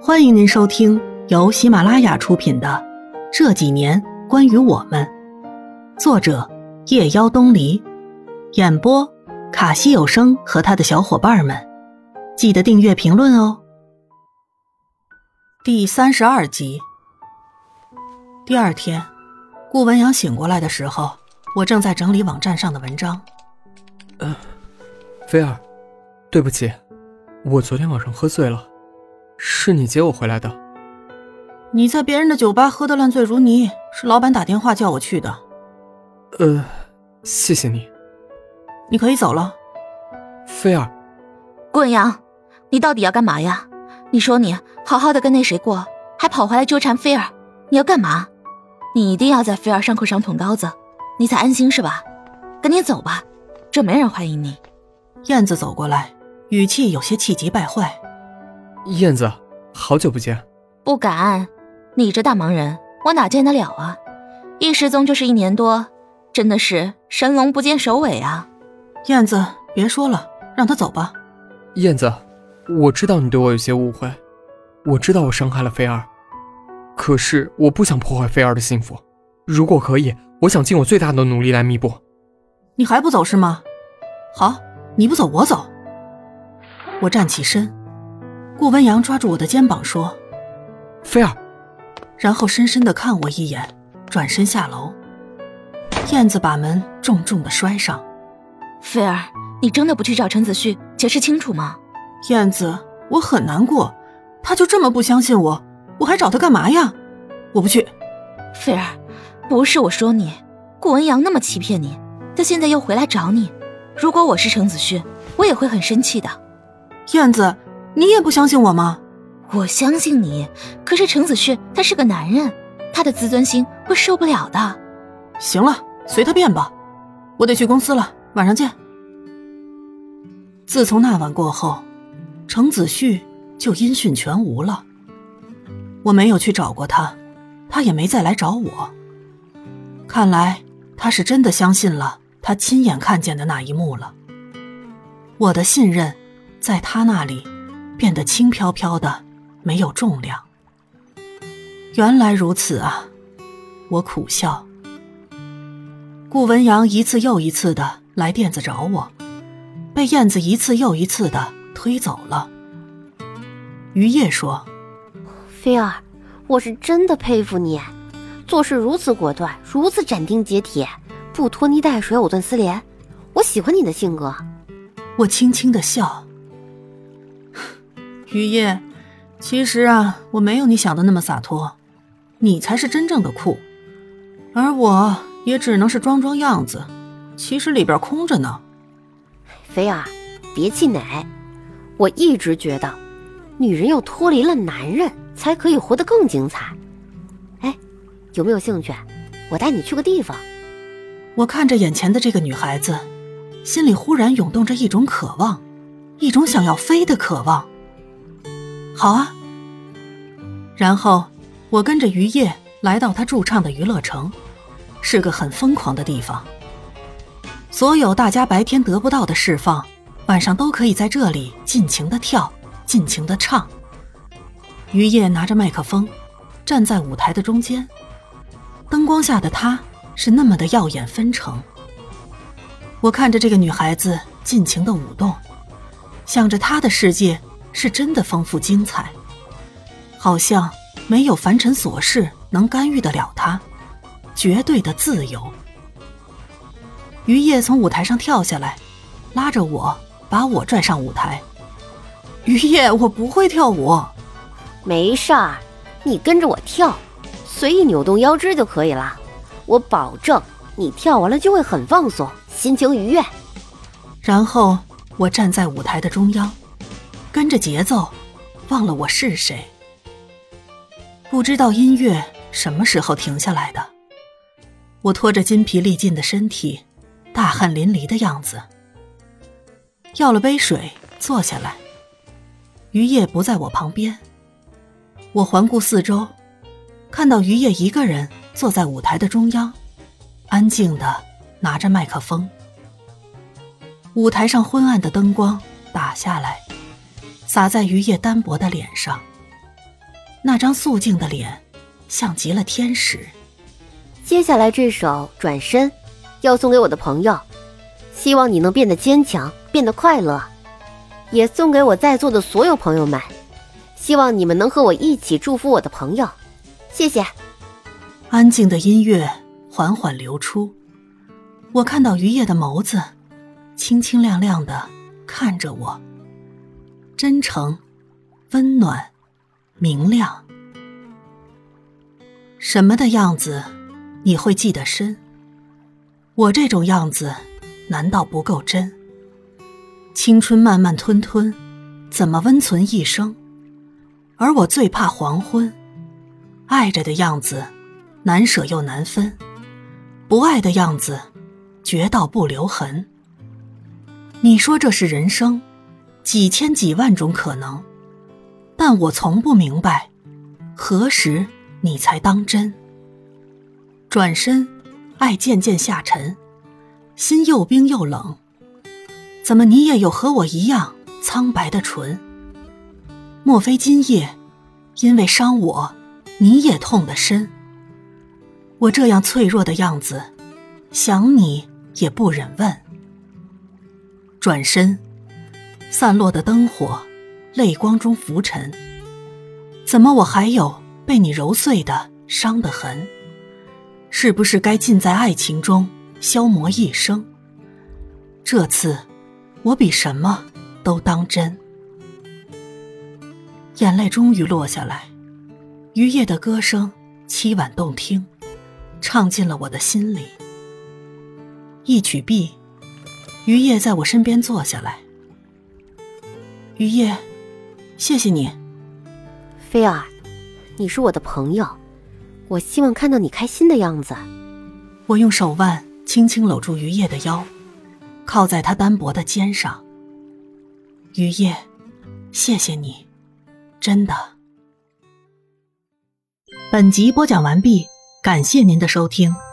欢迎您收听由喜马拉雅出品的《这几年关于我们》，作者夜妖东篱，演播卡西有声和他的小伙伴们。记得订阅评论哦。第32集。第二天，顾文阳醒过来的时候，我正在整理网站上的文章。 菲儿，对不起，我昨天晚上喝醉了，是你接我回来的。 你在别人的酒吧喝得烂醉如泥，是老板打电话叫我去的。 谢谢你。 你可以走了。 菲儿。 顾文阳，你到底要干嘛呀？你说你好好的跟那谁过，还跑回来纠缠菲儿，你要干嘛？你一定要在菲儿伤口上捅刀子，你才安心是吧？赶紧走吧，这没人欢迎你。 燕子走过来，语气有些气急败坏。 燕子，好久不见。 不敢，你这大忙人，我哪见得了啊？一失踪就是1年多，真的是神龙不见首尾啊。 燕子，别说了，让他走吧。 燕子，我知道你对我有些误会，我知道我伤害了菲儿，可是我不想破坏菲儿的幸福，如果可以，我想尽我最大的努力来弥补。 你还不走是吗？好，你不走我走。我站起身，顾文阳抓住我的肩膀说： 菲儿。 然后深深地看我一眼，转身下楼。燕子把门重重地摔上。 菲儿，你真的不去找陈子旭解释清楚吗？ 燕子，我很难过，他就这么不相信我，我还找他干嘛呀？我不去。 菲儿，不是我说你，顾文阳那么欺骗你，他现在又回来找你，如果我是陈子旭，我也会很生气的。 燕子，你也不相信我吗？ 我相信你，可是陈子旭他是个男人，他的自尊心会受不了的。 行了，随他便吧，我得去公司了，晚上见。自从那晚过后，程子旭就音讯全无了。我没有去找过他，他也没再来找我。看来他是真的相信了他亲眼看见的那一幕了。我的信任在他那里变得轻飘飘的，没有重量。原来如此啊，我苦笑。顾文阳一次又一次的来店子找我，被燕子一次又一次的推走了。于叶说： 菲儿，我是真的佩服你，做事如此果断，如此斩钉截铁，不拖泥带水藕断丝连，我喜欢你的性格。 我轻轻的笑。于叶，其实啊，我没有你想的那么洒脱，你才是真正的酷，而我也只能是装装样子，其实里边空着呢。 菲儿，别气馁，我一直觉得女人要脱离了男人才可以活得更精彩。哎，有没有兴趣我带你去个地方？ 我看着眼前的这个女孩子，心里忽然涌动着一种渴望，一种想要飞的渴望。好啊。然后我跟着于叶来到他驻唱的娱乐城，是个很疯狂的地方，所有大家白天得不到的释放，晚上都可以在这里尽情的跳，尽情的唱。于叶拿着麦克风，站在舞台的中间，灯光下的她是那么的耀眼纷呈。我看着这个女孩子尽情的舞动，想着她的世界是真的丰富精彩，好像没有凡尘琐事能干预得了她，绝对的自由。于叶从舞台上跳下来，拉着我把我拽上舞台。于叶，我不会跳舞。 没事儿，你跟着我跳，随意扭动腰肢就可以了，我保证你跳完了就会很放松，心情愉悦。 然后我站在舞台的中央，跟着节奏，忘了我是谁。不知道音乐什么时候停下来的，我拖着筋疲力尽的身体，大汗淋漓的样子。要了杯水，坐下来。于叶不在我旁边。我环顾四周，看到于叶一个人坐在舞台的中央，安静地拿着麦克风。舞台上昏暗的灯光打下来，洒在于叶单薄的脸上。 那张素净的脸像极了天使。 接下来这首《转身》要送给我的朋友，希望你能变得坚强，变得快乐，也送给我在座的所有朋友们，希望你们能和我一起祝福我的朋友，谢谢。 安静的音乐缓缓流出，我看到于叶的眸子清清亮亮的看着我，真诚、温暖、明亮。什么的样子你会记得深？我这种样子难道不够真？青春慢慢吞吞，怎么温存一生？而我最怕黄昏，爱着的样子难舍又难分，不爱的样子绝到不留痕。你说这是人生，几千几万种可能，但我从不明白，何时你才当真？转身，爱渐渐下沉，心又冰又冷。怎么你也有和我一样苍白的唇？莫非今夜因为伤我，你也痛得深？我这样脆弱的样子，想你也不忍问。转身，散落的灯火，泪光中浮沉。怎么我还有被你揉碎的伤的痕？是不是该尽在爱情中消磨一生？这次我比什么都当真。眼泪终于落下来，于叶的歌声凄婉动听，唱进了我的心里。一曲毕，于叶在我身边坐下来。于叶，谢谢你。 菲儿，你是我的朋友，我希望看到你开心的样子。 我用手腕轻轻搂住于叶的腰，靠在他单薄的肩上。于叶，谢谢你，真的。本集播讲完毕，感谢您的收听。